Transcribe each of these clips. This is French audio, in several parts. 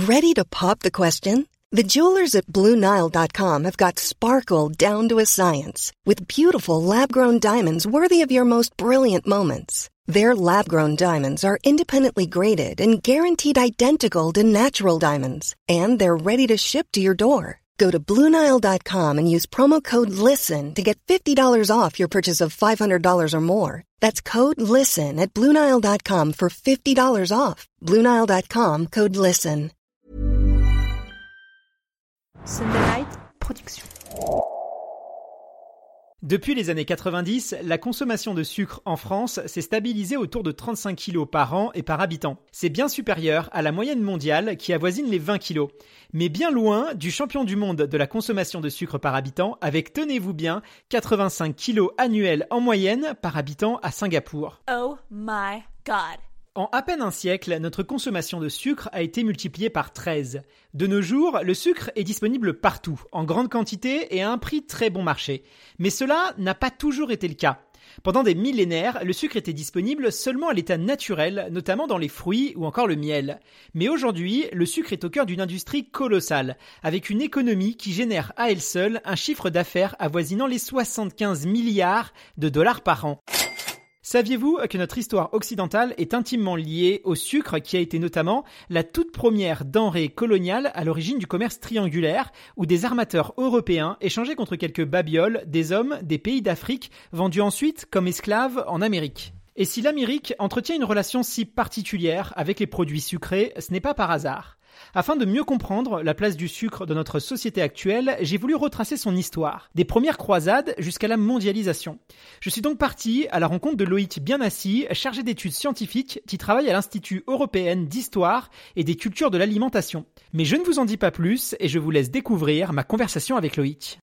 Ready to pop the question? The jewelers at BlueNile.com have got sparkle down to a science with beautiful lab-grown diamonds worthy of your most brilliant moments. Their lab-grown diamonds are independently graded and guaranteed identical to natural diamonds, and they're ready to ship to your door. Go to BlueNile.com and use promo code LISTEN to get $50 off your purchase of $500 or more. That's code LISTEN at BlueNile.com for $50 off. BlueNile.com, code LISTEN. Sunday Night Production. Depuis les années 90, la consommation de sucre en France s'est stabilisée autour de 35 kg par an et par habitant. C'est bien supérieur à la moyenne mondiale qui avoisine les 20 kg, mais bien loin du champion du monde de la consommation de sucre par habitant avec, tenez-vous bien, 85 kg annuels en moyenne par habitant à Singapour. Oh my God. En à peine un siècle, notre consommation de sucre a été multipliée par 13. De nos jours, le sucre est disponible partout, en grande quantité et à un prix très bon marché. Mais cela n'a pas toujours été le cas. Pendant des millénaires, le sucre était disponible seulement à l'état naturel, notamment dans les fruits ou encore le miel. Mais aujourd'hui, le sucre est au cœur d'une industrie colossale, avec une économie qui génère à elle seule un chiffre d'affaires avoisinant les 75 milliards de dollars par an. Saviez-vous que notre histoire occidentale est intimement liée au sucre qui a été notamment la toute première denrée coloniale à l'origine du commerce triangulaire où des armateurs européens échangeaient contre quelques babioles des hommes des pays d'Afrique vendus ensuite comme esclaves en Amérique? Et si l'Amérique entretient une relation si particulière avec les produits sucrés, ce n'est pas par hasard. Afin de mieux comprendre la place du sucre dans notre société actuelle, j'ai voulu retracer son histoire, des premières croisades jusqu'à la mondialisation. Je suis donc parti à la rencontre de Loïc Bienassi, chargé d'études scientifiques qui travaille à l'Institut européen d'histoire et des cultures de l'alimentation. Mais je ne vous en dis pas plus et je vous laisse découvrir ma conversation avec Loïc.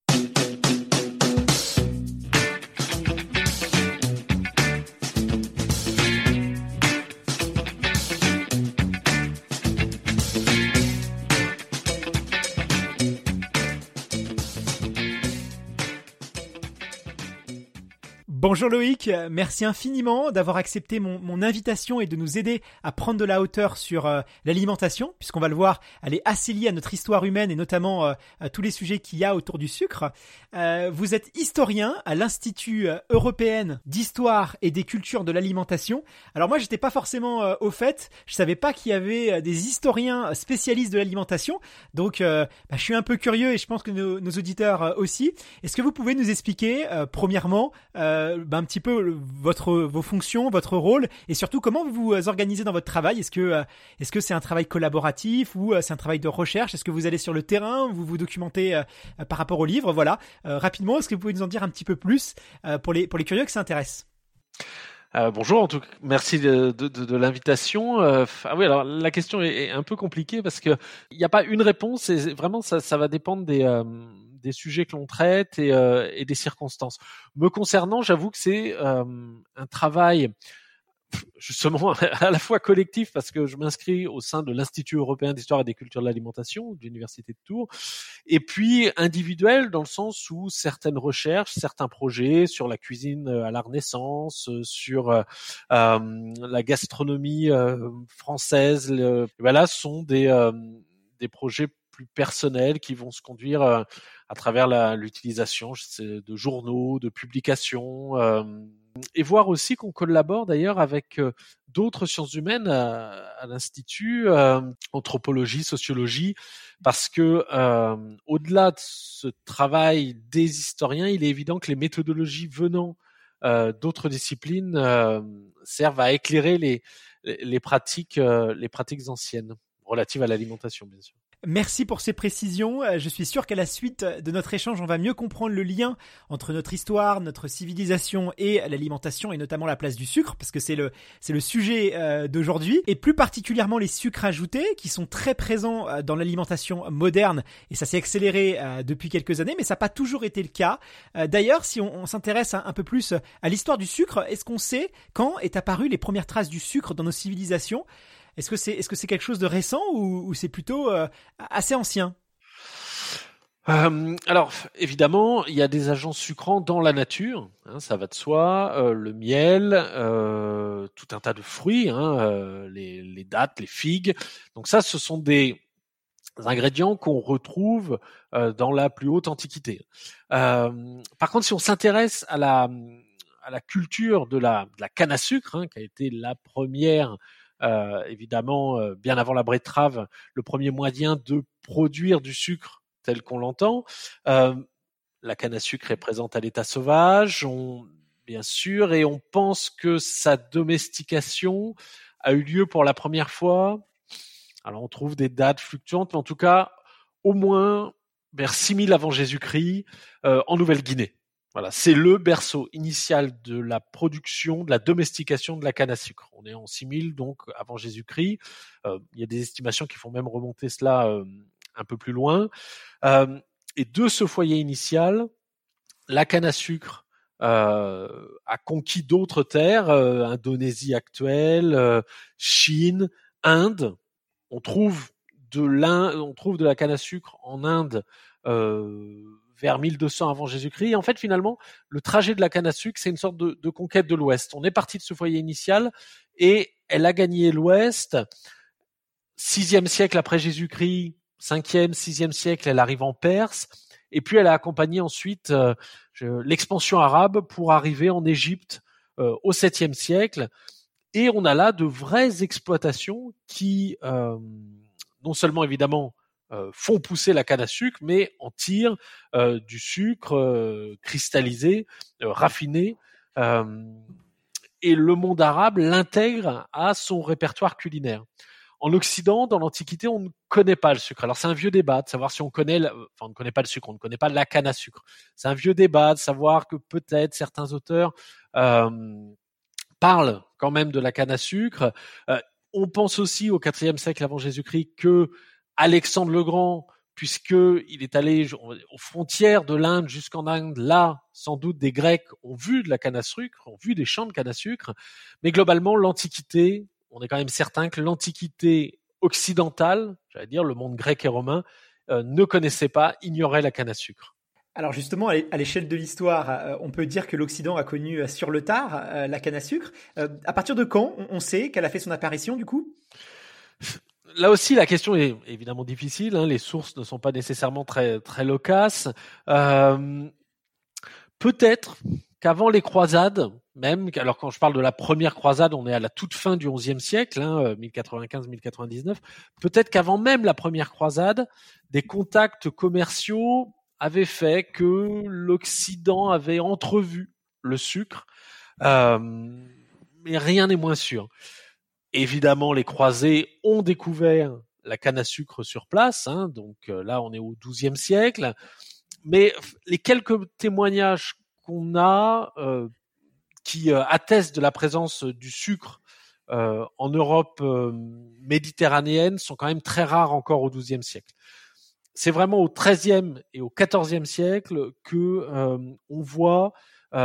Bonjour Loïc, merci infiniment d'avoir accepté mon invitation et de nous aider à prendre de la hauteur sur l'alimentation, puisqu'on va le voir, elle est assez liée à notre histoire humaine et notamment à tous les sujets qu'il y a autour du sucre. Vous êtes historien à l'Institut européen d'histoire et des cultures de l'alimentation. Alors moi, j'étais pas forcément au fait, je savais pas qu'il y avait des historiens spécialistes de l'alimentation, donc je suis un peu curieux et je pense que nos auditeurs aussi. Est-ce que vous pouvez nous expliquer, premièrement, un petit peu vos fonctions, votre rôle et surtout comment vous vous organisez dans votre travail. Est-ce que c'est un travail collaboratif ou c'est un travail de recherche? Est-ce que vous allez sur le terrain? Vous vous documentez par rapport aux livres? Voilà. Rapidement, est-ce que vous pouvez nous en dire un petit peu plus pour les curieux que ça intéresse? Bonjour, en tout cas, merci de l'invitation. Oui, alors la question est un peu compliquée parce que il n'y a pas une réponse et vraiment ça va dépendre des sujets que l'on traite et des circonstances. Me concernant, j'avoue que c'est un travail justement à la fois collectif parce que je m'inscris au sein de l'Institut européen d'histoire et des cultures de l'alimentation de l'Université de Tours, et puis individuel dans le sens où certaines recherches, certains projets sur la cuisine à la Renaissance, sur la gastronomie française, sont des projets plus personnels qui vont se conduire à travers l'utilisation de journaux, de publications, et voir aussi qu'on collabore d'ailleurs avec d'autres sciences humaines à l'Institut, anthropologie, sociologie, parce que au-delà de ce travail des historiens, il est évident que les méthodologies venant d'autres disciplines servent à éclairer les pratiques anciennes relatives à l'alimentation, bien sûr. Merci pour ces précisions. Je suis sûr qu'à la suite de notre échange, on va mieux comprendre le lien entre notre histoire, notre civilisation et l'alimentation et notamment la place du sucre parce que c'est le sujet d'aujourd'hui et plus particulièrement les sucres ajoutés qui sont très présents dans l'alimentation moderne et ça s'est accéléré depuis quelques années mais ça n'a pas toujours été le cas. D'ailleurs, si on s'intéresse un peu plus à l'histoire du sucre, est-ce qu'on sait quand est apparu les premières traces du sucre dans nos civilisations ? Est-ce que c'est quelque chose de récent ou c'est plutôt assez ancien? Alors évidemment, il y a des agents sucrants dans la nature, ça va de soi, le miel, tout un tas de fruits, les dattes, les figues. Donc ça, ce sont des ingrédients qu'on retrouve dans la plus haute antiquité. Par contre, si on s'intéresse à la culture de la canne à sucre, qui a été la première, évidemment, bien avant la betterave, le premier moyen de produire du sucre tel qu'on l'entend. La canne à sucre est présente à l'état sauvage, bien sûr, et on pense que sa domestication a eu lieu pour la première fois. Alors on trouve des dates fluctuantes, mais en tout cas, au moins vers 6000 avant Jésus-Christ, en Nouvelle-Guinée. Voilà, c'est le berceau initial de la production, de la domestication de la canne à sucre. On est en 6000, donc avant Jésus-Christ. Il y a des estimations qui font même remonter cela un peu plus loin. Et de ce foyer initial, la canne à sucre a conquis d'autres terres, Indonésie actuelle, Chine, Inde. On trouve de la canne à sucre en Inde vers 1200 avant Jésus-Christ. Et en fait, finalement, le trajet de la canne à sucre, c'est une sorte de conquête de l'Ouest. On est parti de ce foyer initial et elle a gagné l'Ouest. 6e siècle après Jésus-Christ, 5e, 6e siècle, elle arrive en Perse. Et puis, elle a accompagné ensuite l'expansion arabe pour arriver en Égypte au 7e siècle. Et on a là de vraies exploitations qui, non seulement évidemment, font pousser la canne à sucre, mais en tirent du sucre cristallisé, raffiné. Et le monde arabe l'intègre à son répertoire culinaire. En Occident, dans l'Antiquité, on ne connaît pas le sucre. Alors c'est un vieux débat de savoir si on connaît, on ne connaît pas le sucre, on ne connaît pas la canne à sucre. C'est un vieux débat de savoir que peut-être certains auteurs parlent quand même de la canne à sucre. On pense aussi au IVe siècle avant Jésus-Christ que Alexandre le Grand, puisqu'il est allé aux frontières de l'Inde jusqu'en Inde, là, sans doute des Grecs ont vu de la canne à sucre, ont vu des champs de canne à sucre, mais globalement, l'Antiquité, on est quand même certain que l'Antiquité occidentale, j'allais dire le monde grec et romain, ne connaissait pas, ignorait la canne à sucre. Alors justement, à l'échelle de l'histoire, on peut dire que l'Occident a connu sur le tard la canne à sucre. À partir de quand on sait qu'elle a fait son apparition du coup ? Là aussi, la question est évidemment difficile. Les sources ne sont pas nécessairement très, très loquaces. Peut-être qu'avant les croisades, même, alors quand je parle de la première croisade, on est à la toute fin du XIe siècle, 1095-1099. Peut-être qu'avant même la première croisade, des contacts commerciaux avaient fait que l'Occident avait entrevu le sucre, mais rien n'est moins sûr. Évidemment, les croisés ont découvert la canne à sucre sur place, donc là on est au XIIe siècle, mais les quelques témoignages qu'on a qui attestent de la présence du sucre en Europe méditerranéenne sont quand même très rares encore au XIIe siècle. C'est vraiment au XIIIe et au XIVe siècle que on voit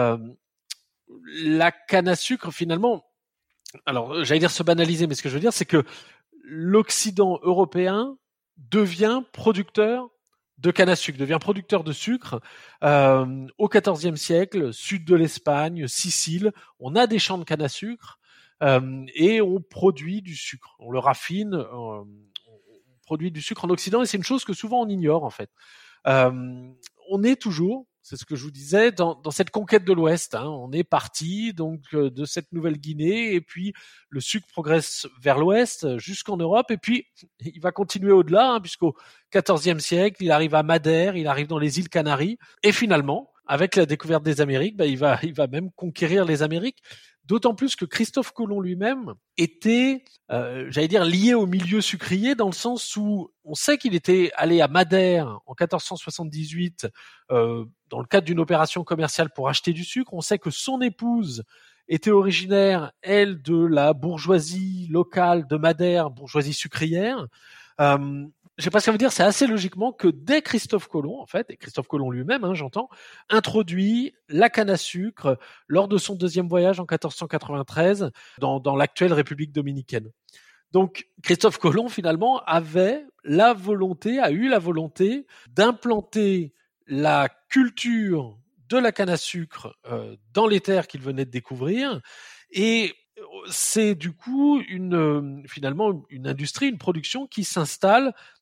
la canne à sucre finalement. Alors, j'allais dire se banaliser, mais ce que je veux dire, c'est que l'Occident européen devient producteur de canne à sucre, devient producteur de sucre au XIVe siècle, sud de l'Espagne, Sicile. On a des champs de canne à sucre et on produit du sucre. On le raffine, on produit du sucre en Occident et c'est une chose que souvent on ignore en fait. On est toujours, c'est ce que je vous disais, dans cette conquête de l'Ouest. On est parti donc de cette Nouvelle-Guinée et puis le sucre progresse vers l'Ouest jusqu'en Europe et puis il va continuer au-delà puisqu'au XIVe siècle, il arrive à Madère, il arrive dans les îles Canaries et finalement, avec la découverte des Amériques, il va même conquérir les Amériques. D'autant plus que Christophe Colomb lui-même était, j'allais dire, lié au milieu sucrier dans le sens où on sait qu'il était allé à Madère en 1478 dans le cadre d'une opération commerciale pour acheter du sucre. On sait que son épouse était originaire, elle, de la bourgeoisie locale de Madère, bourgeoisie sucrière. Je sais pas ce que ça veut dire, c'est assez logiquement que dès Christophe Colomb, en fait, et Christophe Colomb lui-même, j'entends, introduit la canne à sucre lors de son deuxième voyage en 1493 dans l'actuelle République dominicaine. Donc, Christophe Colomb, finalement, a eu la volonté d'implanter la culture de la canne à sucre dans les terres qu'il venait de découvrir et c'est du coup finalement une industrie, une production qui s'installe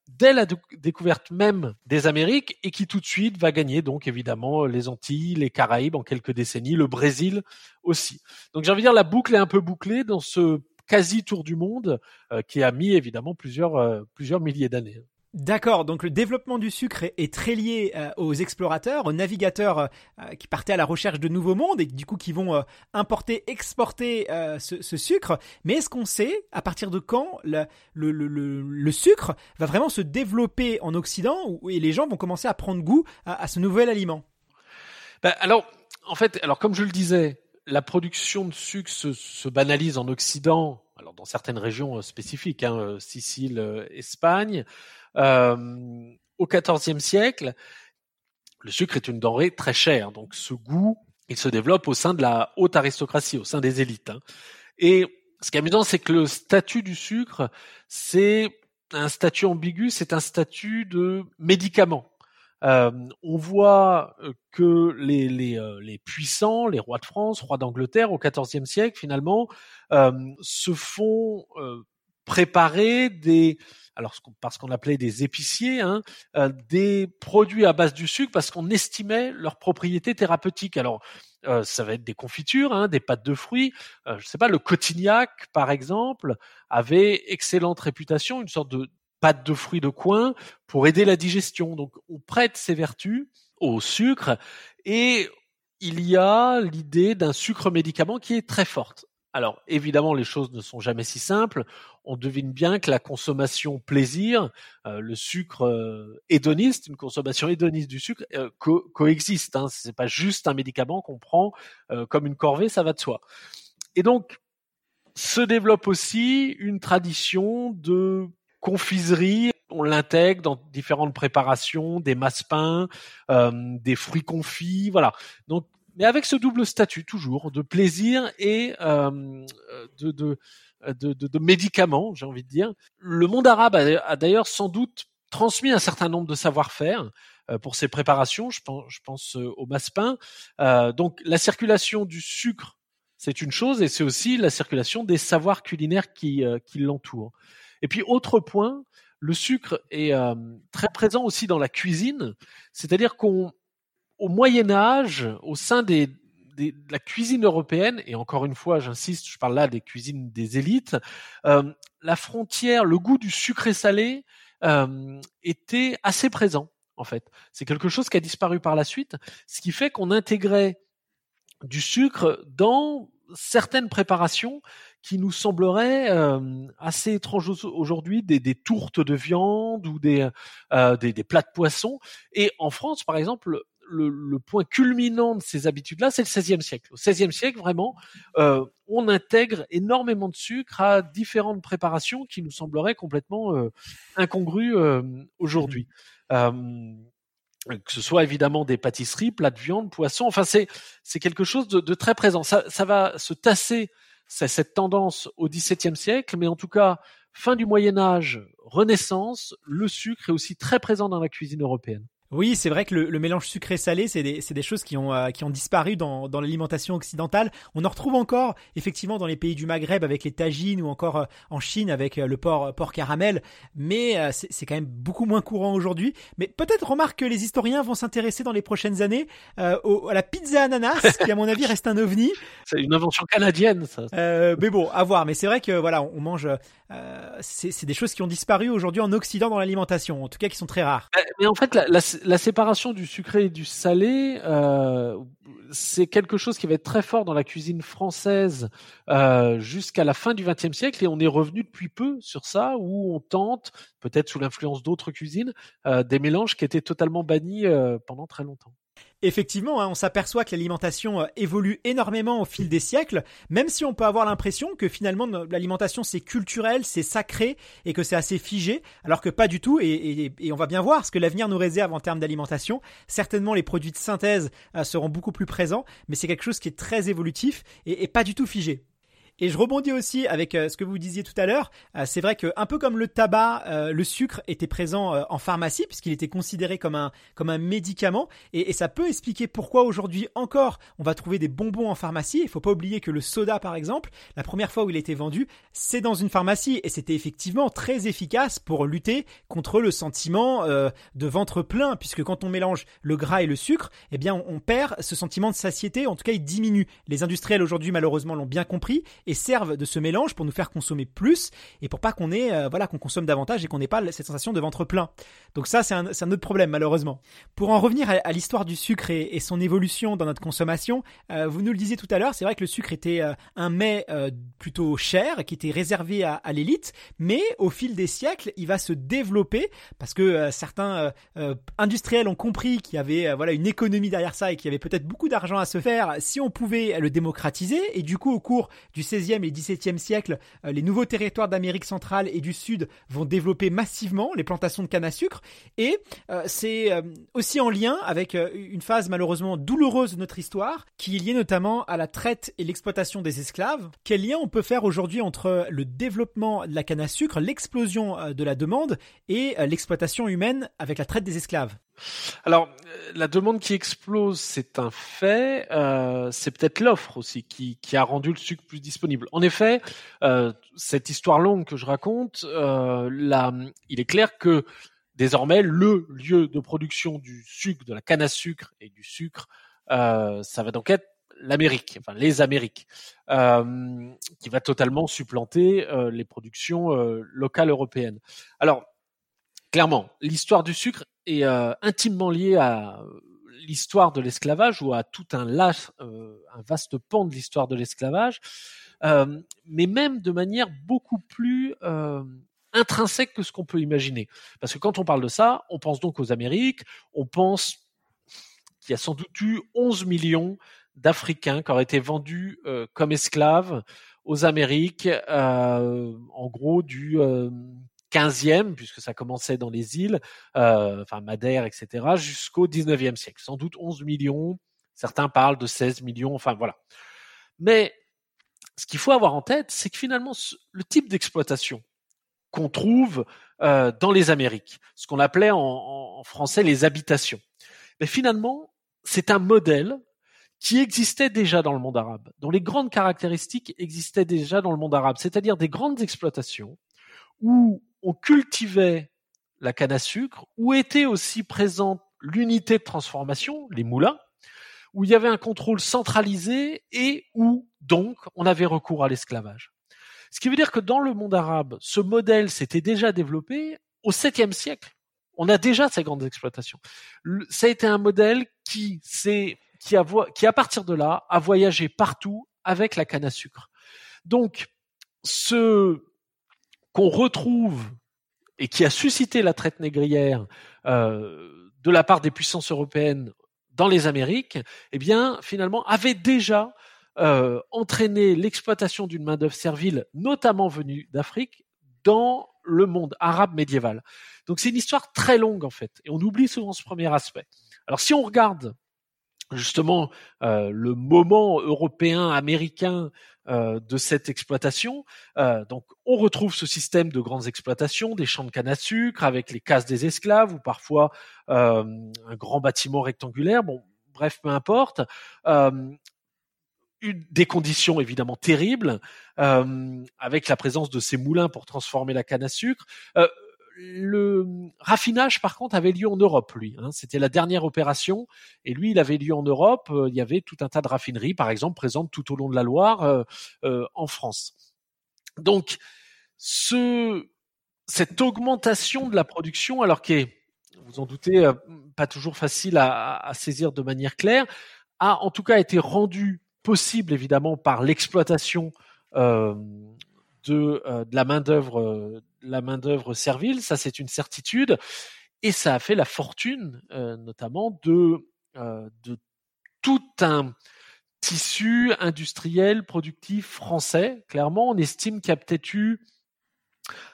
dès la découverte même des Amériques et qui tout de suite va gagner donc évidemment les Antilles, les Caraïbes en quelques décennies, le Brésil aussi. Donc j'ai envie de dire la boucle est un peu bouclée dans ce quasi tour du monde qui a mis évidemment plusieurs milliers d'années. D'accord, donc le développement du sucre est très lié aux explorateurs, aux navigateurs qui partaient à la recherche de nouveaux mondes et du coup qui vont importer, exporter ce sucre. Mais est-ce qu'on sait à partir de quand le sucre va vraiment se développer en Occident et les gens vont commencer à prendre goût à ce nouvel aliment? Alors comme je le disais, la production de sucre se banalise en Occident, alors dans certaines régions spécifiques, Sicile, Espagne. Au XIVe siècle, le sucre est une denrée très chère, donc ce goût, il se développe au sein de la haute aristocratie, au sein des élites. Et ce qui est amusant, c'est que le statut du sucre, c'est un statut ambigu, c'est un statut de médicament. On voit que les puissants, les rois de France, rois d'Angleterre au XIVe siècle, finalement, se font préparer parce qu'on appelait des épiciers, des produits à base du sucre parce qu'on estimait leurs propriétés thérapeutiques. Alors, ça va être des confitures, des pâtes de fruits. Je sais pas, le Cotignac, par exemple, avait excellente réputation, une sorte de pâte de fruits de coin pour aider la digestion. Donc, on prête ses vertus au sucre et il y a l'idée d'un sucre médicament qui est très forte. Alors, évidemment, les choses ne sont jamais si simples. On devine bien que la consommation plaisir, le sucre hédoniste, une consommation hédoniste du sucre, coexiste. C'est pas juste un médicament qu'on prend comme une corvée, ça va de soi. Et donc, se développe aussi une tradition de confiserie. On l'intègre dans différentes préparations, des massepains, des fruits confits, voilà. Donc, mais avec ce double statut toujours de plaisir et de médicaments, j'ai envie de dire. Le monde arabe a d'ailleurs sans doute transmis un certain nombre de savoir-faire pour ces préparations. Je pense au massepain. Donc la circulation du sucre, c'est une chose, et c'est aussi la circulation des savoirs culinaires qui l'entourent. Et puis autre point, le sucre est très présent aussi dans la cuisine, c'est-à-dire au Moyen-Âge, au sein de la cuisine européenne, et encore une fois, j'insiste, je parle là des cuisines des élites, la frontière, le goût du sucré-salé était assez présent, en fait. C'est quelque chose qui a disparu par la suite, ce qui fait qu'on intégrait du sucre dans certaines préparations qui nous sembleraient assez étranges aujourd'hui, des tourtes de viande ou des plats de poisson. Et en France, par exemple, le point culminant de ces habitudes-là, c'est le XVIe siècle. Au XVIe siècle, vraiment, on intègre énormément de sucre à différentes préparations qui nous sembleraient complètement incongrues aujourd'hui. Que ce soit évidemment des pâtisseries, plats de viande, poissons, enfin c'est quelque chose de très présent. Ça va se tasser, cette tendance au XVIIe siècle, mais en tout cas, fin du Moyen-Âge, Renaissance, le sucre est aussi très présent dans la cuisine européenne. Oui, c'est vrai que le mélange sucré-salé, c'est des choses qui ont disparu dans l'alimentation occidentale. On en retrouve encore, effectivement, dans les pays du Maghreb avec les tagines ou encore en Chine avec le porc caramel. Mais c'est quand même beaucoup moins courant aujourd'hui. Mais peut-être, remarque que les historiens vont s'intéresser dans les prochaines années à la pizza ananas, qui à mon avis reste un ovni. C'est une invention canadienne, ça. Mais bon, à voir. Mais c'est vrai que voilà, on mange. C'est des choses qui ont disparu aujourd'hui en Occident dans l'alimentation, en tout cas qui sont très rares. Mais en fait, la séparation du sucré et du salé, c'est quelque chose qui va être très fort dans la cuisine française jusqu'à la fin du XXe siècle, et on est revenu depuis peu sur ça, où on tente, peut-être sous l'influence d'autres cuisines, des mélanges qui étaient totalement bannis pendant très longtemps. Effectivement, on s'aperçoit que l'alimentation évolue énormément au fil des siècles, même si on peut avoir l'impression que finalement l'alimentation c'est culturel, c'est sacré et que c'est assez figé, alors que pas du tout, et on va bien voir ce que l'avenir nous réserve en termes d'alimentation. Certainement les produits de synthèse seront beaucoup plus présents, mais c'est quelque chose qui est très évolutif et pas du tout figé. Et je rebondis aussi avec ce que vous disiez tout à l'heure. C'est vrai que un peu comme le tabac, le sucre était présent en pharmacie puisqu'il était considéré comme un médicament. Et ça peut expliquer pourquoi aujourd'hui encore on va trouver des bonbons en pharmacie. Il faut pas oublier que le soda, par exemple, la première fois où il était vendu, c'est dans une pharmacie et c'était effectivement très efficace pour lutter contre le sentiment de ventre plein, puisque quand on mélange le gras et le sucre, eh bien on perd ce sentiment de satiété. En tout cas, il diminue. Les industriels aujourd'hui, malheureusement, l'ont bien compris et servent de ce mélange pour nous faire consommer plus et pour pas qu'on ait qu'on consomme davantage et qu'on n'ait pas cette sensation de ventre plein. Donc ça, c'est un autre problème, malheureusement. Pour en revenir à l'histoire du sucre et son évolution dans notre consommation, vous nous le disiez tout à l'heure, c'est vrai que le sucre était un mets plutôt cher, qui était réservé à l'élite, mais au fil des siècles, il va se développer parce que certains industriels ont compris qu'il y avait une économie derrière ça et qu'il y avait peut-être beaucoup d'argent à se faire si on pouvait le démocratiser. Et du coup, au cours du 16e et 17e siècle, les nouveaux territoires d'Amérique centrale et du Sud vont développer massivement les plantations de canne à sucre. Et c'est aussi en lien avec une phase malheureusement douloureuse de notre histoire qui est liée notamment à la traite et l'exploitation des esclaves. Quel lien on peut faire aujourd'hui entre le développement de la canne à sucre, l'explosion de la demande et l'exploitation humaine avec la traite des esclaves? Alors, la demande qui explose, c'est un fait. C'est peut-être l'offre aussi qui a rendu le sucre plus disponible. En effet, cette histoire longue que je raconte, il est clair que désormais, le lieu de production du sucre, de la canne à sucre et du sucre, ça va donc être l'Amérique, enfin les Amériques, qui va totalement supplanter les productions locales européennes. Alors, clairement, l'histoire du sucre est intimement liée à l'histoire de l'esclavage ou à tout un vaste pan de l'histoire de l'esclavage, mais même de manière beaucoup plus intrinsèque que ce qu'on peut imaginer. Parce que quand on parle de ça, on pense donc aux Amériques, on pense qu'il y a sans doute eu 11 millions d'Africains qui auraient été vendus comme esclaves aux Amériques, en gros du 15e, puisque ça commençait dans les îles, Madère, etc., jusqu'au 19e siècle. Sans doute 11 millions, certains parlent de 16 millions, enfin voilà. Mais ce qu'il faut avoir en tête, c'est que finalement, le type d'exploitation qu'on trouve dans les Amériques, ce qu'on appelait en français les habitations, mais finalement, c'est un modèle qui existait déjà dans le monde arabe, dont les grandes caractéristiques existaient déjà dans le monde arabe, c'est-à-dire des grandes exploitations où on cultivait la canne à sucre, où était aussi présente l'unité de transformation, les moulins, où il y avait un contrôle centralisé et où, donc, on avait recours à l'esclavage. Ce qui veut dire que dans le monde arabe, ce modèle s'était déjà développé au 7e siècle. On a déjà ces grandes exploitations. Ça a été un modèle qui à partir de là, a voyagé partout avec la canne à sucre. Donc, ce qu'on retrouve et qui a suscité la traite négrière de la part des puissances européennes dans les Amériques, eh bien, finalement, avait déjà entraîné l'exploitation d'une main-d'œuvre servile, notamment venue d'Afrique, dans le monde arabe médiéval. Donc, c'est une histoire très longue, en fait, et on oublie souvent ce premier aspect. Alors, si on regarde justement le moment européen, américain de cette exploitation. Donc, on retrouve ce système de grandes exploitations, des champs de canne à sucre avec les cases des esclaves ou parfois un grand bâtiment rectangulaire. Bon, bref, peu importe. Des conditions évidemment terribles, avec la présence de ces moulins pour transformer la canne à sucre. Le raffinage, par contre, avait lieu en Europe, lui. C'était la dernière opération, et lui, il avait lieu en Europe. Il y avait tout un tas de raffineries, par exemple, présentes tout au long de la Loire, en France. Donc, cette augmentation de la production, alors qui est, vous en doutez, pas toujours facile à saisir de manière claire, a en tout cas été rendue possible, évidemment, par l'exploitation de la main-d'œuvre servile, ça c'est une certitude, et ça a fait la fortune notamment de tout un tissu industriel productif français. Clairement, on estime qu'il y a peut-être eu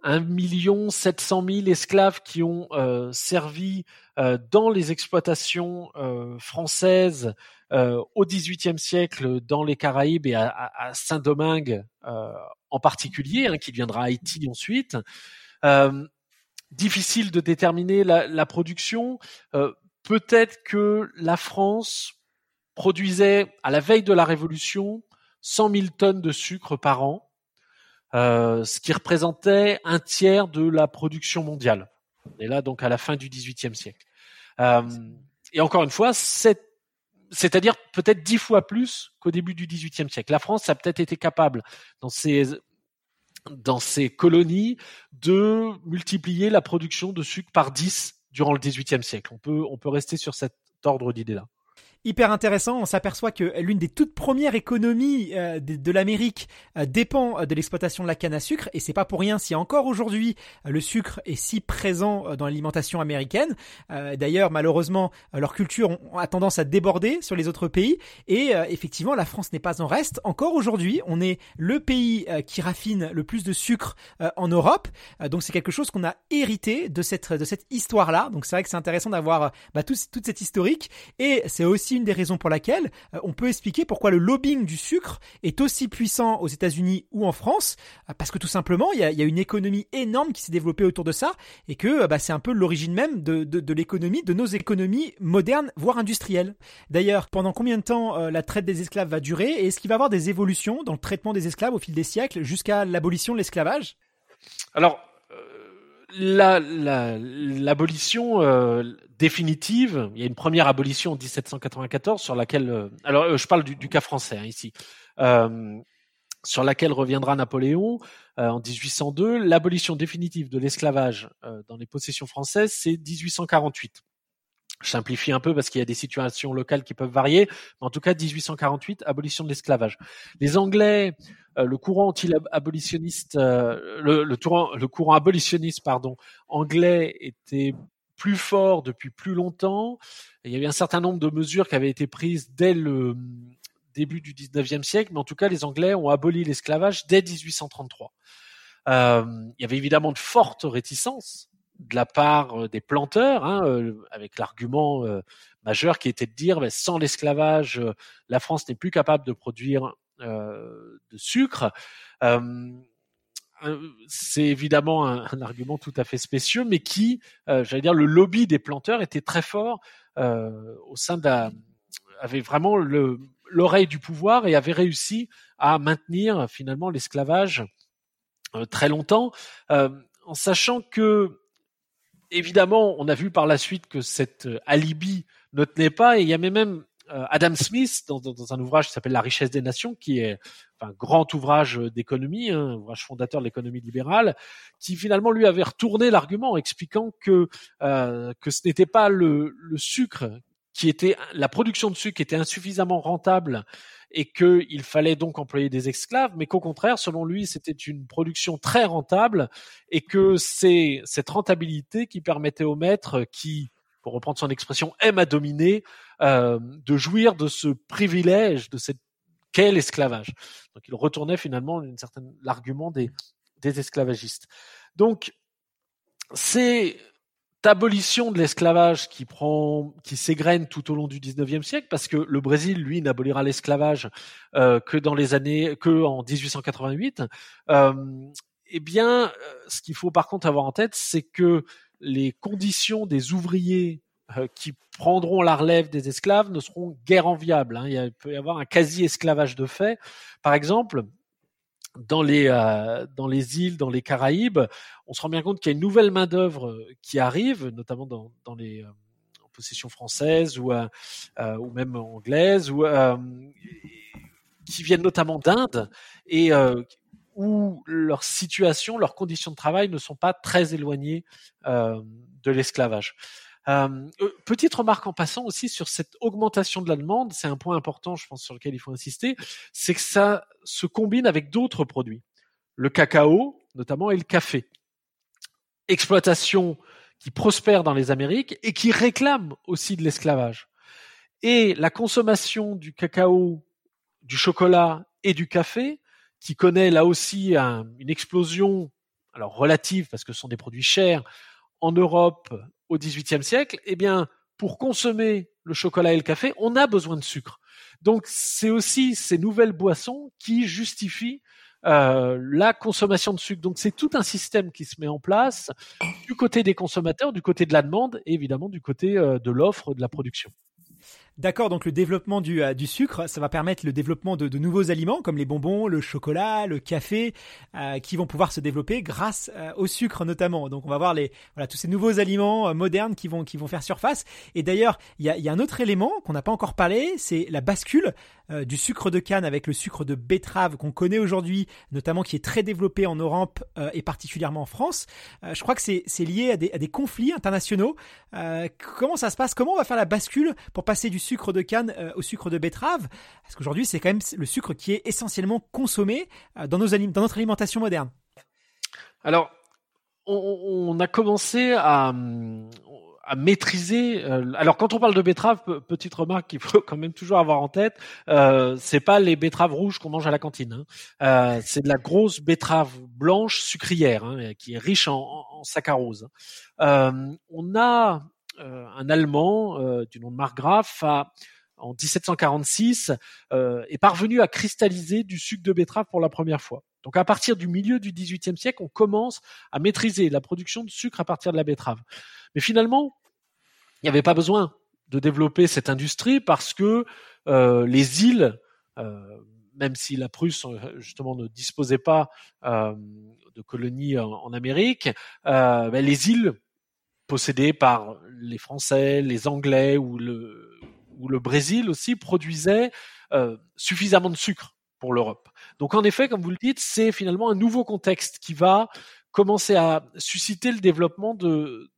700 000 esclaves qui ont servi dans les exploitations françaises au XVIIIe siècle dans les Caraïbes et à Saint-Domingue en particulier, qui deviendra Haïti ensuite. Difficile de déterminer la production. Peut-être que la France produisait à la veille de la Révolution 100 000 tonnes de sucre par an, ce qui représentait un tiers de la production mondiale. On est là donc à la fin du XVIIIe siècle. Et encore une fois, c'est-à-dire peut-être 10 fois plus qu'au début du XVIIIe siècle. La France a peut-être été capable dans ses colonies de multiplier la production de sucre par 10 durant le XVIIIe siècle. On peut rester sur cet ordre d'idée-là. Hyper intéressant, on s'aperçoit que l'une des toutes premières économies de l'Amérique dépend de l'exploitation de la canne à sucre, et c'est pas pour rien si encore aujourd'hui le sucre est si présent dans l'alimentation américaine. D'ailleurs, malheureusement, leur culture a tendance à déborder sur les autres pays, et effectivement, la France n'est pas en reste. Encore aujourd'hui, on est le pays qui raffine le plus de sucre en Europe, donc c'est quelque chose qu'on a hérité de cette histoire-là. Donc c'est vrai que c'est intéressant d'avoir toute cette historique, et c'est aussi une des raisons pour laquelle on peut expliquer pourquoi le lobbying du sucre est aussi puissant aux États-Unis ou en France, parce que tout simplement il y a une économie énorme qui s'est développée autour de ça, et que c'est un peu l'origine même de l'économie, de nos économies modernes, voire industrielles. D'ailleurs, pendant combien de temps la traite des esclaves va durer, et est-ce qu'il va y avoir des évolutions dans le traitement des esclaves au fil des siècles jusqu'à l'abolition de l'esclavage ? Alors, l'abolition définitive, il y a une première abolition en 1794 sur laquelle, je parle du cas français ici, sur laquelle reviendra Napoléon en 1802. L'abolition définitive de l'esclavage dans les possessions françaises, c'est 1848. Je simplifie un peu parce qu'il y a des situations locales qui peuvent varier, mais en tout cas 1848, abolition de l'esclavage. Les Anglais, le courant anti-abolitionniste, le courant abolitionniste, anglais était plus fort depuis plus longtemps. Il y avait un certain nombre de mesures qui avaient été prises dès le début du 19e siècle, mais en tout cas les Anglais ont aboli l'esclavage dès 1833. Il y avait évidemment de fortes réticences de la part des planteurs, avec l'argument majeur qui était de dire sans l'esclavage, la France n'est plus capable de produire de sucre. C'est évidemment un argument tout à fait spécieux, mais qui, le lobby des planteurs était très fort au sein avait vraiment l'oreille du pouvoir et avait réussi à maintenir finalement l'esclavage très longtemps, en sachant que évidemment, on a vu par la suite que cet alibi ne tenait pas, et il y avait même Adam Smith dans un ouvrage qui s'appelle La richesse des nations, qui est un grand ouvrage d'économie, un ouvrage fondateur de l'économie libérale, qui finalement lui avait retourné l'argument, expliquant que ce n'était pas le sucre la production de sucre qui était insuffisamment rentable et qu'il fallait donc employer des esclaves, mais qu'au contraire, selon lui, c'était une production très rentable et que c'est cette rentabilité qui permettait aux maîtres qui, pour reprendre son expression, aiment à dominer, de jouir de ce privilège, de cette qu'est l'esclavage. Donc il retournait finalement l'argument des esclavagistes. Donc c'est abolition de l'esclavage qui s'égrène tout au long du 19e siècle, parce que le Brésil, lui, n'abolira l'esclavage que en 1888. Ce qu'il faut par contre avoir en tête, c'est que les conditions des ouvriers qui prendront la relève des esclaves ne seront guère enviables. Il peut y avoir un quasi-esclavage de fait. Par exemple, dans les îles, dans les Caraïbes, on se rend bien compte qu'il y a une nouvelle main-d'œuvre qui arrive, notamment dans les possessions françaises ou même anglaises, qui viennent notamment d'Inde et où leur situation, leurs conditions de travail ne sont pas très éloignées de l'esclavage. Petite remarque en passant aussi sur cette augmentation de la demande, c'est un point important, je pense, sur lequel il faut insister, c'est que ça se combine avec d'autres produits, le cacao notamment et le café. Exploitation qui prospère dans les Amériques et qui réclame aussi de l'esclavage. Et la consommation du cacao, du chocolat et du café, qui connaît là aussi une explosion alors relative parce que ce sont des produits chers en Europe au XVIIIe siècle, eh bien, pour consommer le chocolat et le café, on a besoin de sucre. Donc, c'est aussi ces nouvelles boissons qui justifient la consommation de sucre. Donc, c'est tout un système qui se met en place du côté des consommateurs, du côté de la demande et évidemment du côté de l'offre, de la production. D'accord, donc le développement du sucre, ça va permettre le développement de nouveaux aliments comme les bonbons, le chocolat, le café, qui vont pouvoir se développer grâce au sucre notamment. Donc on va voir tous ces nouveaux aliments modernes qui vont faire surface. Et d'ailleurs, il y a un autre élément qu'on n'a pas encore parlé, c'est la bascule du sucre de canne avec le sucre de betterave qu'on connaît aujourd'hui, notamment qui est très développé en Europe et particulièrement en France. Je crois que c'est lié à des conflits internationaux. Comment ça se passe? Comment on va faire la bascule pour passer du sucre de canne au sucre de betterave? Parce qu'aujourd'hui, c'est quand même le sucre qui est essentiellement consommé dans notre alimentation moderne. Alors, on a commencé à maîtriser. Alors, quand on parle de betterave, petite remarque qu'il faut quand même toujours avoir en tête, c'est pas les betteraves rouges qu'on mange à la cantine. C'est de la grosse betterave blanche sucrière qui est riche en saccharose. On a un Allemand du nom de Markgraf en 1746 est parvenu à cristalliser du sucre de betterave pour la première fois. Donc à partir du milieu du XVIIIe siècle, on commence à maîtriser la production de sucre à partir de la betterave. Mais finalement, il n'y avait pas besoin de développer cette industrie parce que les îles, même si la Prusse justement ne disposait pas de colonies en Amérique, les îles possédées par les Français, les Anglais ou le Brésil aussi produisaient suffisamment de sucre pour l'Europe. Donc en effet, comme vous le dites, c'est finalement un nouveau contexte qui va commencer à susciter le développement de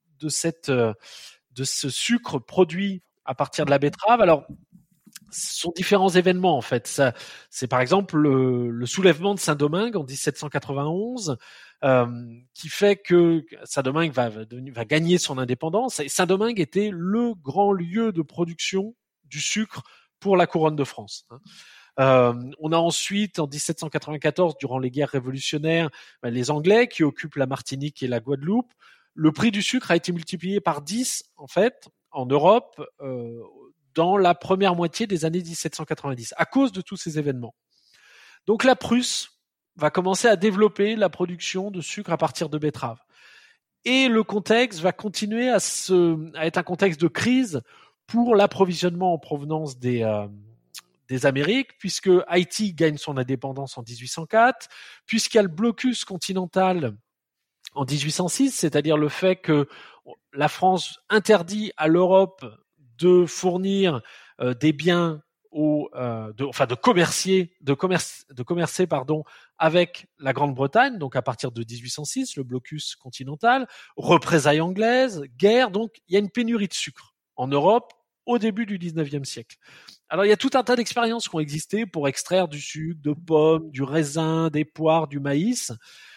ce sucre produit à partir de la betterave. Alors, ce sont différents événements en fait. C'est par exemple le soulèvement de Saint-Domingue en 1791 qui fait que Saint-Domingue va gagner son indépendance. Et Saint-Domingue était le grand lieu de production du sucre pour la couronne de France. On a ensuite, en 1794, durant les guerres révolutionnaires, les Anglais qui occupent la Martinique et la Guadeloupe. Le prix du sucre a été multiplié par 10 en fait en Europe dans la première moitié des années 1790 à cause de tous ces événements. Donc la Prusse va commencer à développer la production de sucre à partir de betterave. Et le contexte va continuer à être un contexte de crise pour l'approvisionnement en provenance des Amériques, puisque Haïti gagne son indépendance en 1804, puisqu'il y a le blocus continental en 1806, c'est-à-dire le fait que la France interdit à l'Europe de fournir des biens de commercer avec la Grande-Bretagne, donc à partir de 1806, le blocus continental, représailles anglaises, guerre, donc il y a une pénurie de sucre en Europe au début du 19e siècle. Alors il y a tout un tas d'expériences qui ont existé pour extraire du sucre, de pommes, du raisin, des poires, du maïs.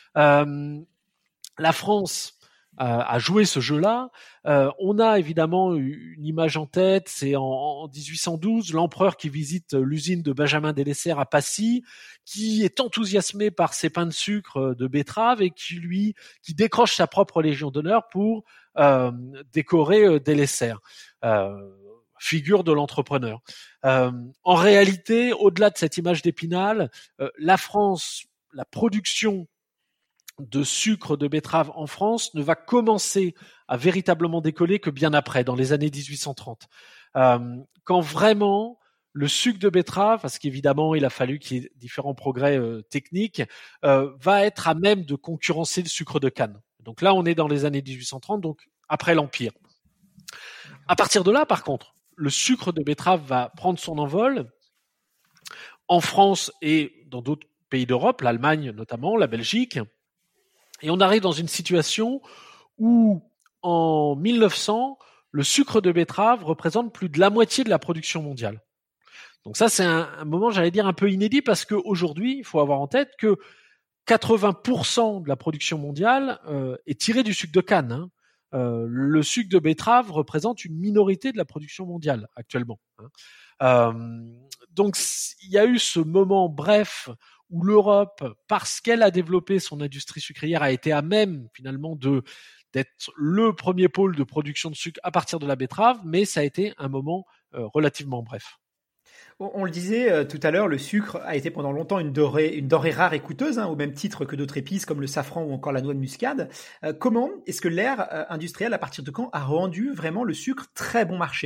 La France a joué ce jeu-là. On a évidemment une image en tête, c'est en 1812, l'empereur qui visite l'usine de Benjamin Delessert à Passy, qui est enthousiasmé par ses pains de sucre de betterave et qui décroche sa propre Légion d'honneur pour décorer Delessert, figure de l'entrepreneur. En réalité, au-delà de cette image d'Épinal, la France, la production de sucre de betterave en France ne va commencer à véritablement décoller que bien après, dans les années 1830. Quand vraiment le sucre de betterave, parce qu'évidemment il a fallu qu'il y ait différents progrès techniques, va être à même de concurrencer le sucre de canne. Donc là on est dans les années 1830, donc après l'Empire. À partir de là par contre, le sucre de betterave va prendre son envol en France et dans d'autres pays d'Europe, l'Allemagne notamment, la Belgique. Et on arrive dans une situation où, en 1900, le sucre de betterave représente plus de la moitié de la production mondiale. Donc ça, c'est un moment, j'allais dire, un peu inédit parce qu'aujourd'hui, il faut avoir en tête que 80% de la production mondiale est tirée du sucre de canne. Le sucre de betterave représente une minorité de la production mondiale actuellement. Donc, il y a eu ce moment bref où l'Europe, parce qu'elle a développé son industrie sucrière, a été à même finalement d'être le premier pôle de production de sucre à partir de la betterave, mais ça a été un moment relativement bref. On le disait tout à l'heure, le sucre a été pendant longtemps une denrée rare et coûteuse, au même titre que d'autres épices comme le safran ou encore la noix de muscade. Comment est-ce que l'ère industrielle, à partir de quand, a rendu vraiment le sucre très bon marché ?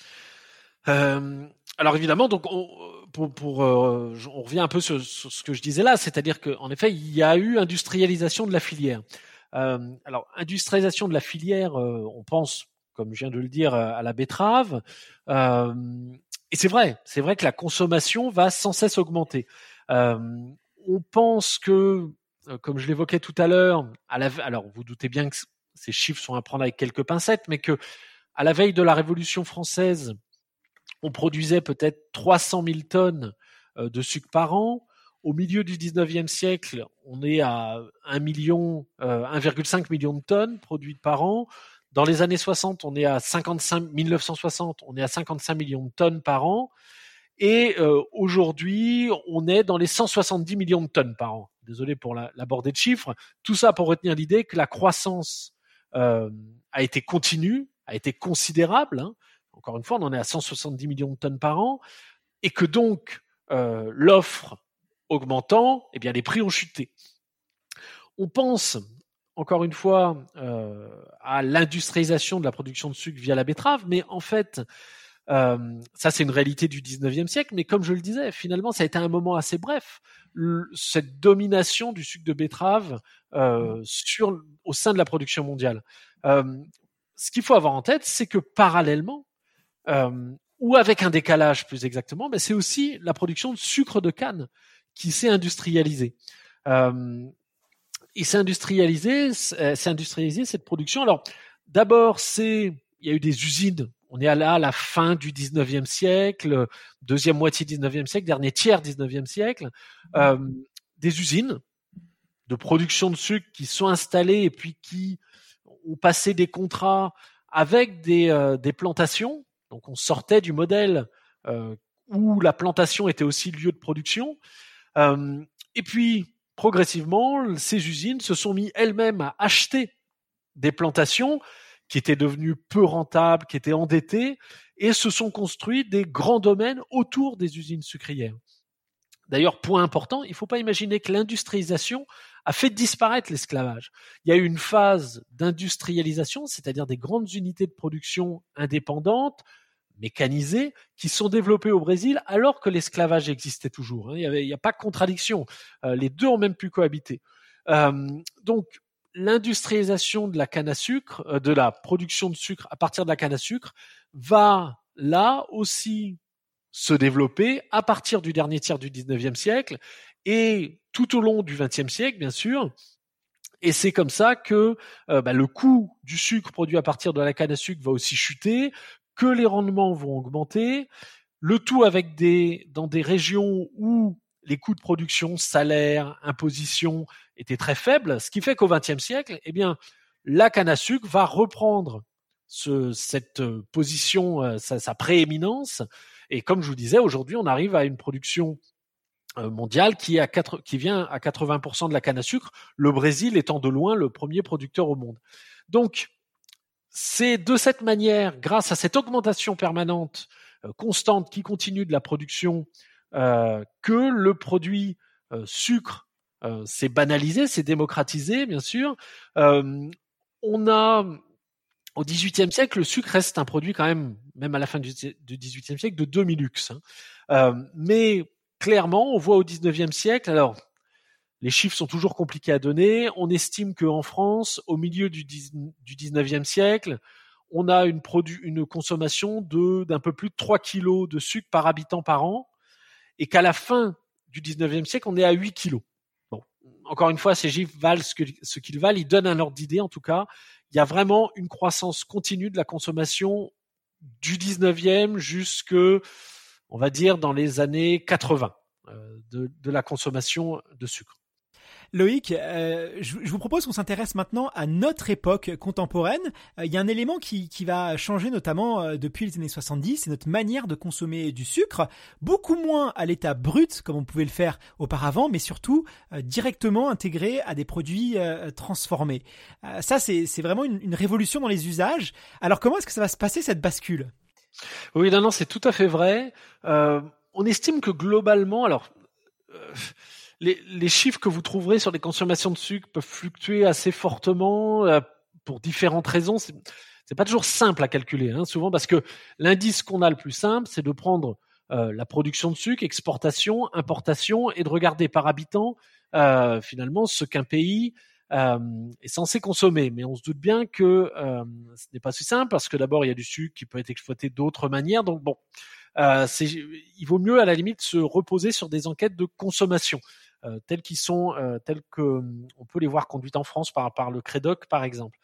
Alors évidemment, donc on revient un peu sur ce que je disais là, c'est-à-dire qu'en effet, il y a eu industrialisation de la filière. Alors industrialisation de la filière, on pense, comme je viens de le dire, à la betterave. Et c'est vrai que la consommation va sans cesse augmenter. On pense que, comme je l'évoquais tout à l'heure, alors vous doutez bien que ces chiffres sont à prendre avec quelques pincettes, mais que à la veille de la Révolution française, on produisait peut-être 300 000 tonnes de sucre par an. Au milieu du 19e siècle, on est à 1,5 million de tonnes produites par an. Dans les années 60, on est à 1960, on est à 55 millions de tonnes par an. Et aujourd'hui, on est dans les 170 millions de tonnes par an. Désolé pour l'aborder de chiffres. Tout ça pour retenir l'idée que la croissance a été continue, a été considérable. Encore une fois, on en est à 170 millions de tonnes par an. Et que donc, l'offre augmentant, eh bien, les prix ont chuté. On pense, encore une fois, à l'industrialisation de la production de sucre via la betterave, mais en fait, ça c'est une réalité du 19e siècle, mais comme je le disais, finalement, ça a été un moment assez bref. Cette domination du sucre de betterave au sein de la production mondiale. Ce qu'il faut avoir en tête, c'est que parallèlement, ou avec un décalage plus exactement, mais c'est aussi la production de sucre de canne qui s'est industrialisée. Et s'est industrialisée cette production. Alors, d'abord, il y a eu des usines. On est à la fin du 19e siècle, deuxième moitié 19e siècle, dernier tiers 19e siècle, des usines de production de sucre qui sont installées et puis qui ont passé des contrats avec des plantations. Donc, on sortait du modèle où la plantation était aussi lieu de production. Et puis, progressivement, ces usines se sont mis elles-mêmes à acheter des plantations qui étaient devenues peu rentables, qui étaient endettées, et se sont construits des grands domaines autour des usines sucrières. D'ailleurs, point important, il ne faut pas imaginer que l'industrialisation a fait disparaître l'esclavage. Il y a eu une phase d'industrialisation, c'est-à-dire des grandes unités de production indépendantes, mécanisées, qui sont développées au Brésil alors que l'esclavage existait toujours. Il n'y a pas de contradiction. Les deux ont même pu cohabiter. Donc, l'industrialisation de la canne à sucre, de la production de sucre à partir de la canne à sucre, va là aussi se développer à partir du dernier tiers du 19e siècle et tout au long du 20e siècle, bien sûr. Et c'est comme ça que le coût du sucre produit à partir de la canne à sucre va aussi chuter, que les rendements vont augmenter, le tout dans des régions où les coûts de production, salaires, impositions étaient très faibles, ce qui fait qu'au XXe siècle, eh bien, la canne à sucre va reprendre cette position, sa prééminence. Et comme je vous disais, aujourd'hui, on arrive à une production mondiale qui vient à 80% de la canne à sucre, le Brésil étant de loin le premier producteur au monde. Donc, c'est de cette manière, grâce à cette augmentation permanente, constante, qui continue de la production, que le produit sucre s'est banalisé, s'est démocratisé, bien sûr. Au XVIIIe siècle, le sucre reste un produit quand même à la fin du XVIIIe siècle, de demi-luxe. Mais clairement, on voit au XIXe siècle, alors les chiffres sont toujours compliqués à donner. On estime qu'en France, au milieu du XIXe siècle, on a une consommation d'un peu plus de 3 kilos de sucre par habitant par an, et qu'à la fin du XIXe siècle, on est à 8 kilos. Bon, encore une fois, ces chiffres valent ce qu'ils valent. Ils donnent un ordre d'idée, en tout cas. Il y a vraiment une croissance continue de la consommation du 19e jusque, on va dire, dans les années 80 de la consommation de sucre. Loïc, je vous propose qu'on s'intéresse maintenant à notre époque contemporaine. Il y a un élément qui va changer notamment depuis les années 70, c'est notre manière de consommer du sucre, beaucoup moins à l'état brut comme on pouvait le faire auparavant, mais surtout directement intégré à des produits transformés. Ça, c'est vraiment une révolution dans les usages. Alors comment est-ce que ça va se passer cette bascule ? Oui, non, c'est tout à fait vrai. On estime que globalement, alors les chiffres que vous trouverez sur les consommations de sucre peuvent fluctuer assez fortement pour différentes raisons. C'est pas toujours simple à calculer, souvent parce que l'indice qu'on a le plus simple, c'est de prendre la production de sucre, exportation, importation, et de regarder par habitant finalement ce qu'un pays est censé consommer. Mais on se doute bien que ce n'est pas si simple parce que d'abord il y a du sucre qui peut être exploité d'autres manières. Donc bon, il vaut mieux à la limite se reposer sur des enquêtes de consommation telles que on peut les voir conduites en France par le Crédoc par exemple.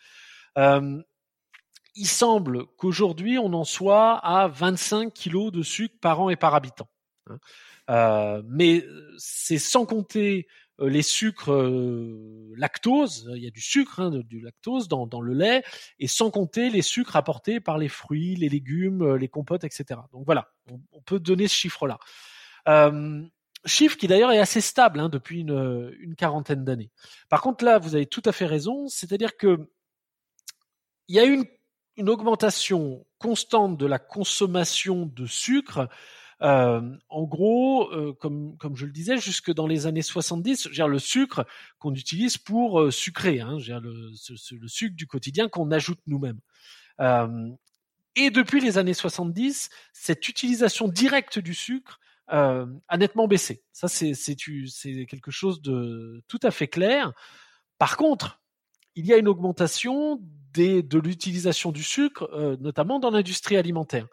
Il semble qu'aujourd'hui on en soit à 25 kilos de sucre par an et par habitant. Mais c'est sans compter les sucres lactose, il y a du sucre, du lactose dans le lait, et sans compter les sucres apportés par les fruits, les légumes, les compotes, etc. Donc voilà, on peut donner ce chiffre-là. Chiffre qui d'ailleurs est assez stable depuis une quarantaine d'années. Par contre là, vous avez tout à fait raison, c'est-à-dire que il y a une augmentation constante de la consommation de sucre. En gros, comme je le disais, jusque dans les années 70, le sucre qu'on utilise pour sucrer, le sucre du quotidien qu'on ajoute nous-mêmes. Et depuis les années 70, cette utilisation directe du sucre a nettement baissé. Ça, c'est quelque chose de tout à fait clair. Par contre, il y a une augmentation de l'utilisation du sucre, notamment dans l'industrie alimentaire.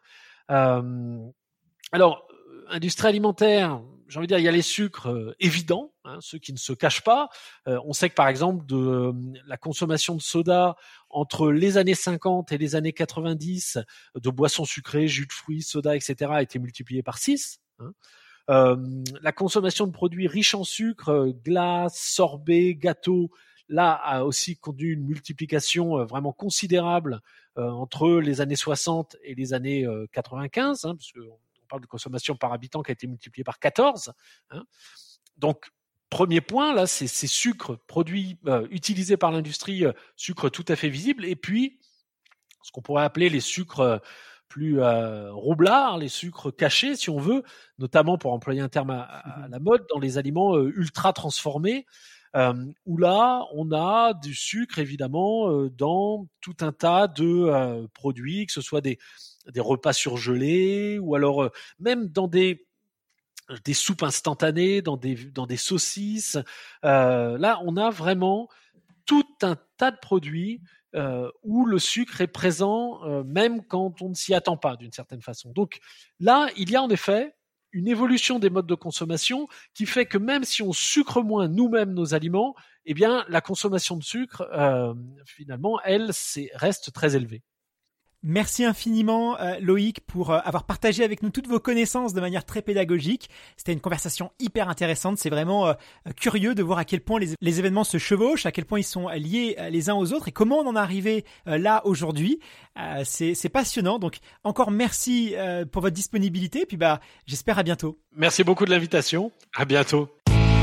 Alors, industrie alimentaire, j'ai envie de dire, il y a les sucres évidents, ceux qui ne se cachent pas. On sait que par exemple la consommation de soda entre les années 50 et les années 90 de boissons sucrées, jus de fruits, soda, etc. a été multipliée par 6. La consommation de produits riches en sucre, glace, sorbet, gâteaux, là a aussi connu une multiplication vraiment considérable entre les années 60 et les années 95, puisque on parle de consommation par habitant qui a été multipliée par 14. Donc, premier point, là, c'est ces sucres produits utilisés par l'industrie, sucres tout à fait visibles, et puis ce qu'on pourrait appeler les sucres plus roublards, les sucres cachés, si on veut, notamment pour employer un terme à la mode, dans les aliments ultra transformés, où là, on a du sucre, évidemment, dans tout un tas de produits, que ce soit des repas surgelés, ou alors même dans des soupes instantanées, dans des saucisses. Là, on a vraiment tout un tas de produits où le sucre est présent, même quand on ne s'y attend pas, d'une certaine façon. Donc là, il y a en effet une évolution des modes de consommation qui fait que même si on sucre moins nous-mêmes nos aliments, eh bien, la consommation de sucre, finalement, elle, reste très élevée. Merci infiniment Loïc pour avoir partagé avec nous toutes vos connaissances de manière très pédagogique. C'était une conversation hyper intéressante. C'est vraiment curieux de voir à quel point les événements se chevauchent, à quel point ils sont liés les uns aux autres et comment on en est arrivé là aujourd'hui. C'est passionnant. Donc encore merci pour votre disponibilité. Et puis j'espère à bientôt. Merci beaucoup de l'invitation. À bientôt.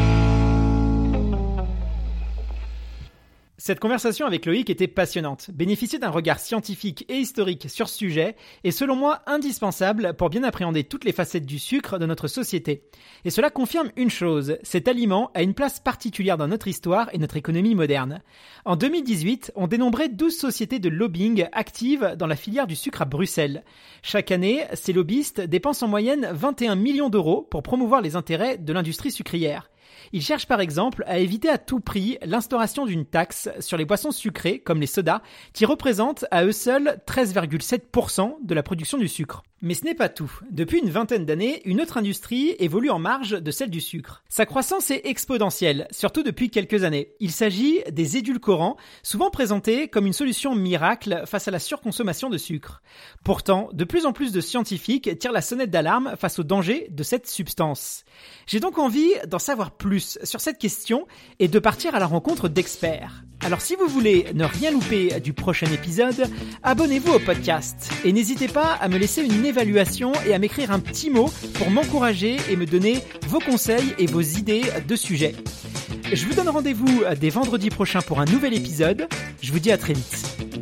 Cette conversation avec Loïc était passionnante. Bénéficier d'un regard scientifique et historique sur ce sujet est selon moi indispensable pour bien appréhender toutes les facettes du sucre de notre société. Et cela confirme une chose, cet aliment a une place particulière dans notre histoire et notre économie moderne. En 2018, on dénombrait 12 sociétés de lobbying actives dans la filière du sucre à Bruxelles. Chaque année, ces lobbyistes dépensent en moyenne 21 millions d'euros pour promouvoir les intérêts de l'industrie sucrière. Ils cherchent par exemple à éviter à tout prix l'instauration d'une taxe sur les boissons sucrées comme les sodas qui représentent à eux seuls 13,7% de la production du sucre. Mais ce n'est pas tout. Depuis une vingtaine d'années, une autre industrie évolue en marge de celle du sucre. Sa croissance est exponentielle, surtout depuis quelques années. Il s'agit des édulcorants, souvent présentés comme une solution miracle face à la surconsommation de sucre. Pourtant, de plus en plus de scientifiques tirent la sonnette d'alarme face aux dangers de cette substance. J'ai donc envie d'en savoir plus sur cette question et de partir à la rencontre d'experts. Alors si vous voulez ne rien louper du prochain épisode, abonnez-vous au podcast et n'hésitez pas à me laisser une évaluation et à m'écrire un petit mot pour m'encourager et me donner vos conseils et vos idées de sujets. Je vous donne rendez-vous dès vendredi prochain pour un nouvel épisode. Je vous dis à très vite.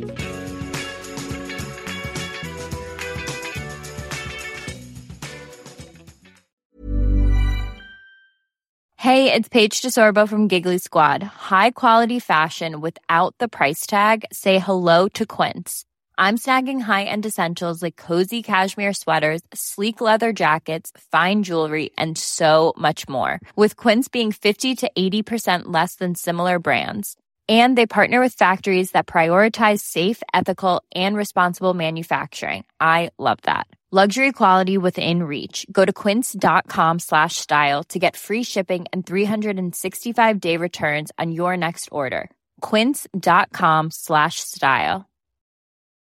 Hey, it's Paige DeSorbo from Giggly Squad. High quality fashion without the price tag. Say hello to Quince. I'm snagging high-end essentials like cozy cashmere sweaters, sleek leather jackets, fine jewelry, and so much more. With Quince being 50 to 80% less than similar brands. And they partner with factories that prioritize safe, ethical, and responsible manufacturing. I love that. Luxury quality within reach. Go to quince.com/style to get free shipping and 365-day returns on your next order. Quince.com/style.